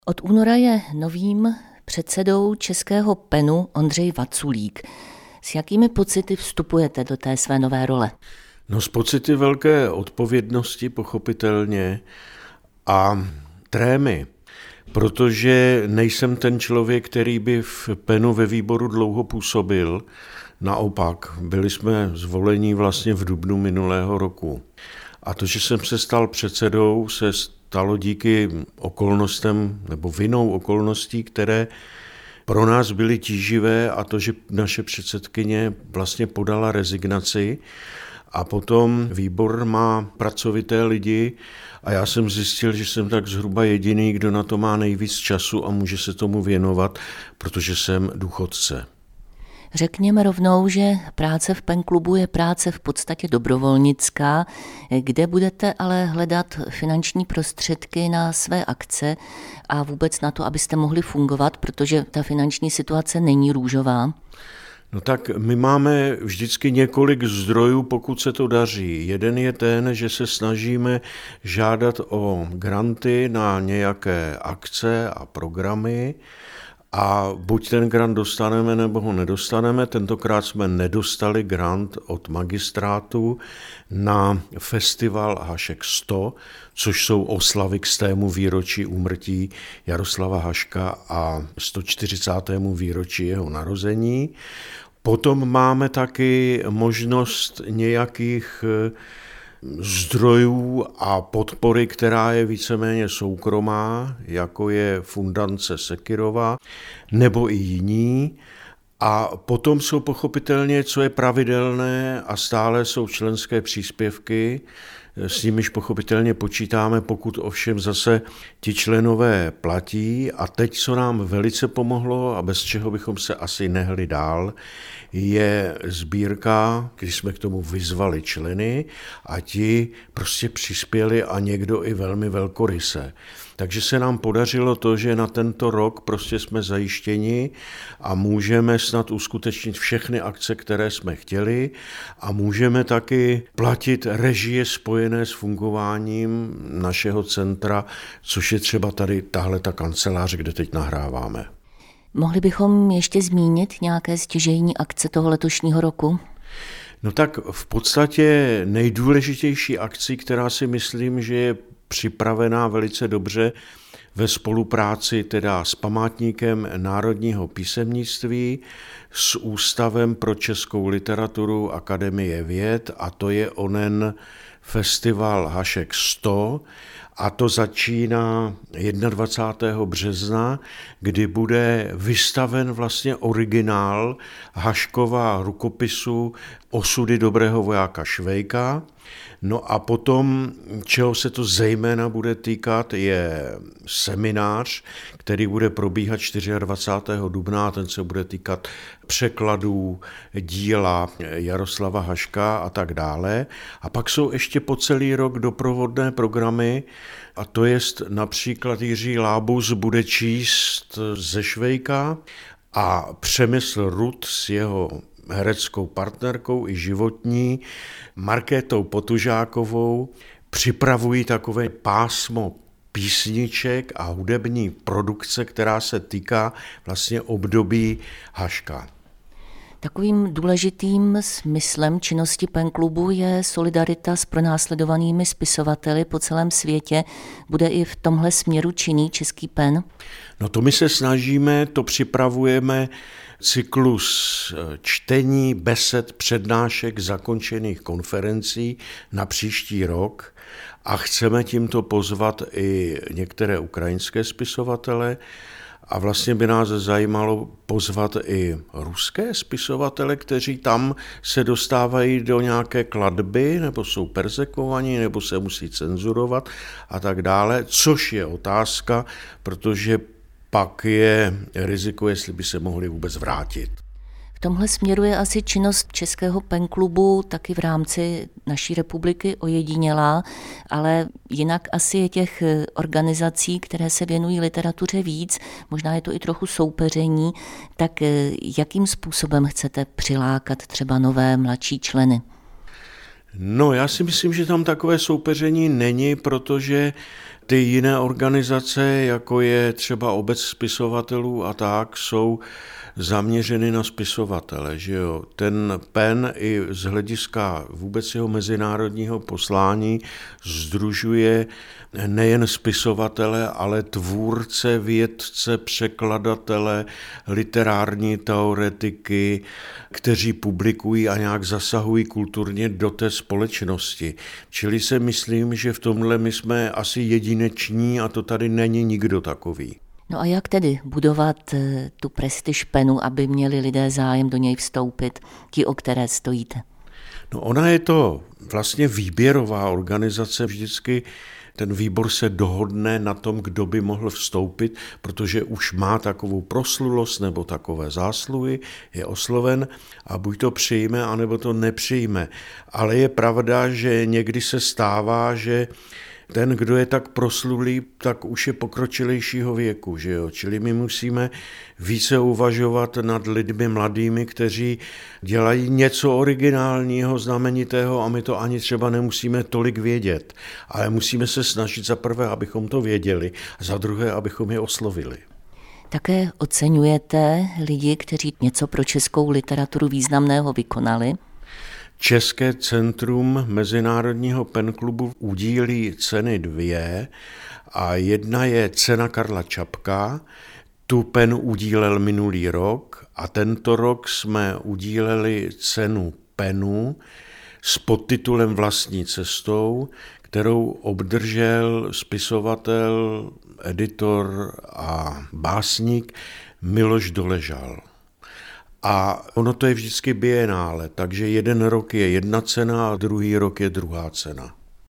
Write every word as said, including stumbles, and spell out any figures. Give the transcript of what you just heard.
Od února je novým předsedou Českého PENu Ondřej Vaculík. S jakými pocity vstupujete do té své nové role? No s pocity velké odpovědnosti pochopitelně a trémy, protože nejsem ten člověk, který by v PENu ve výboru dlouho působil. Naopak, byli jsme zvoleni vlastně v dubnu minulého roku. A to, že jsem se stal předsedou, se stalo díky okolnostem nebo vinou okolností, které pro nás byly tíživé, a to, že naše předsedkyně vlastně podala rezignaci a potom výbor má pracovité lidi a já jsem zjistil, že jsem tak zhruba jediný, kdo na to má nejvíc času a může se tomu věnovat, protože jsem důchodce. Řekněme rovnou, že práce v PEN klubu je práce v podstatě dobrovolnická, kde budete ale hledat finanční prostředky na své akce a vůbec na to, abyste mohli fungovat, protože ta finanční situace není růžová. No tak my máme vždycky několik zdrojů, pokud se to daří. Jeden je ten, že se snažíme žádat o granty na nějaké akce a programy, a buď ten grant dostaneme, nebo ho nedostaneme. Tentokrát jsme nedostali grant od magistrátu na festival Hašek sto, což jsou oslavy k stému výročí úmrtí Jaroslava Haška a sto čtyřicátému výročí jeho narození. Potom máme taky možnost nějakých zdrojů a podpory, která je víceméně soukromá, jako je Fundance Sekyrova, nebo i jiní. A potom jsou pochopitelně, co je pravidelné a stále jsou členské příspěvky, s nimiž pochopitelně počítáme, pokud ovšem zase ti členové platí. A teď, co nám velice pomohlo a bez čeho bychom se asi nehli dál, je sbírka, když jsme k tomu vyzvali členy a ti prostě přispěli a někdo i velmi velkoryse. Takže se nám podařilo to, že na tento rok prostě jsme zajištěni a můžeme snad uskutečnit všechny akce, které jsme chtěli, a můžeme taky platit režie spojené s fungováním našeho centra, což je třeba tady tahle ta kancelář, kde teď nahráváme. Mohli bychom ještě zmínit nějaké stěžejní akce toho letošního roku? No tak v podstatě nejdůležitější akcí, která si myslím, že je připravená velice dobře ve spolupráci teda s Památníkem národního písemnictví, s Ústavem pro českou literaturu Akademie věd, a to je onen festival Hašek sto, a to začíná dvacátého prvního března, kdy bude vystaven vlastně originál Haškova rukopisu Osudy dobrého vojáka Švejka. No a potom, čeho se to zejména bude týkat, je seminář, který bude probíhat dvacátého čtvrtého dubna, a ten se bude týkat překladů díla Jaroslava Haška a tak dále. A pak jsou ještě po celý rok doprovodné programy, a to jest například Jiří Lábus bude číst ze Švejka a Přemysl Rud s jeho hereckou partnerkou i životní Markétou Potužákovou připravují takové pásmo písniček a hudební produkce, která se týká vlastně období Haška. Takovým důležitým smyslem činnosti PEN klubu je solidarita s pronásledovanými spisovateli po celém světě. Bude i v tomhle směru činný Český PEN? No to my se snažíme, to připravujeme cyklus čtení, besed, přednášek, zakončených konferencí na příští rok a chceme tímto pozvat i některé ukrajinské spisovatele. A vlastně by nás zajímalo pozvat i ruské spisovatele, kteří tam se dostávají do nějaké klatby, nebo jsou perzekovaní, nebo se musí cenzurovat a tak dále, což je otázka, protože pak je riziko, jestli by se mohli vůbec vrátit. V tomhle směru je asi činnost Českého PEN klubu taky v rámci naší republiky ojedinělá, ale jinak asi je těch organizací, které se věnují literatuře víc, možná je to i trochu soupeření, tak jakým způsobem chcete přilákat třeba nové mladší členy? No, já si myslím, že tam takové soupeření není, protože Ty jiné organizace, jako je třeba Obec spisovatelů a tak, jsou zaměřeny na spisovatele. Že jo? Ten PEN i z hlediska vůbec jeho mezinárodního poslání sdružuje nejen spisovatele, ale tvůrce, vědce, překladatele, literární teoretiky, kteří publikují a nějak zasahují kulturně do té společnosti. Čili se myslím, že v tomhle my jsme asi jedineční a to tady není nikdo takový. No a jak tedy budovat tu prestiž PENu, aby měli lidé zájem do něj vstoupit, ti, o které stojíte? No ona je to vlastně výběrová organizace, vždycky ten výbor se dohodne na tom, kdo by mohl vstoupit, protože už má takovou proslulost nebo takové zásluhy, je osloven a buď to přijme, anebo to nepřijme. Ale je pravda, že někdy se stává, že ten, kdo je tak proslulý, tak už je pokročilejšího věku, že jo? Čili my musíme více uvažovat nad lidmi mladými, kteří dělají něco originálního, znamenitého a my to ani třeba nemusíme tolik vědět. Ale musíme se snažit za prvé, abychom to věděli a za druhé, abychom je oslovili. Také oceňujete lidi, kteří něco pro českou literaturu významného vykonali? České centrum Mezinárodního penklubu udílí ceny dvě a jedna je cena Karla Čapka, tu PEN udílel minulý rok a tento rok jsme udíleli cenu PENu s podtitulem Vlastní cestou, kterou obdržel spisovatel, editor a básník Miloš Doležal. A ono to je vždycky bienále, takže jeden rok je jedna cena a druhý rok je druhá cena.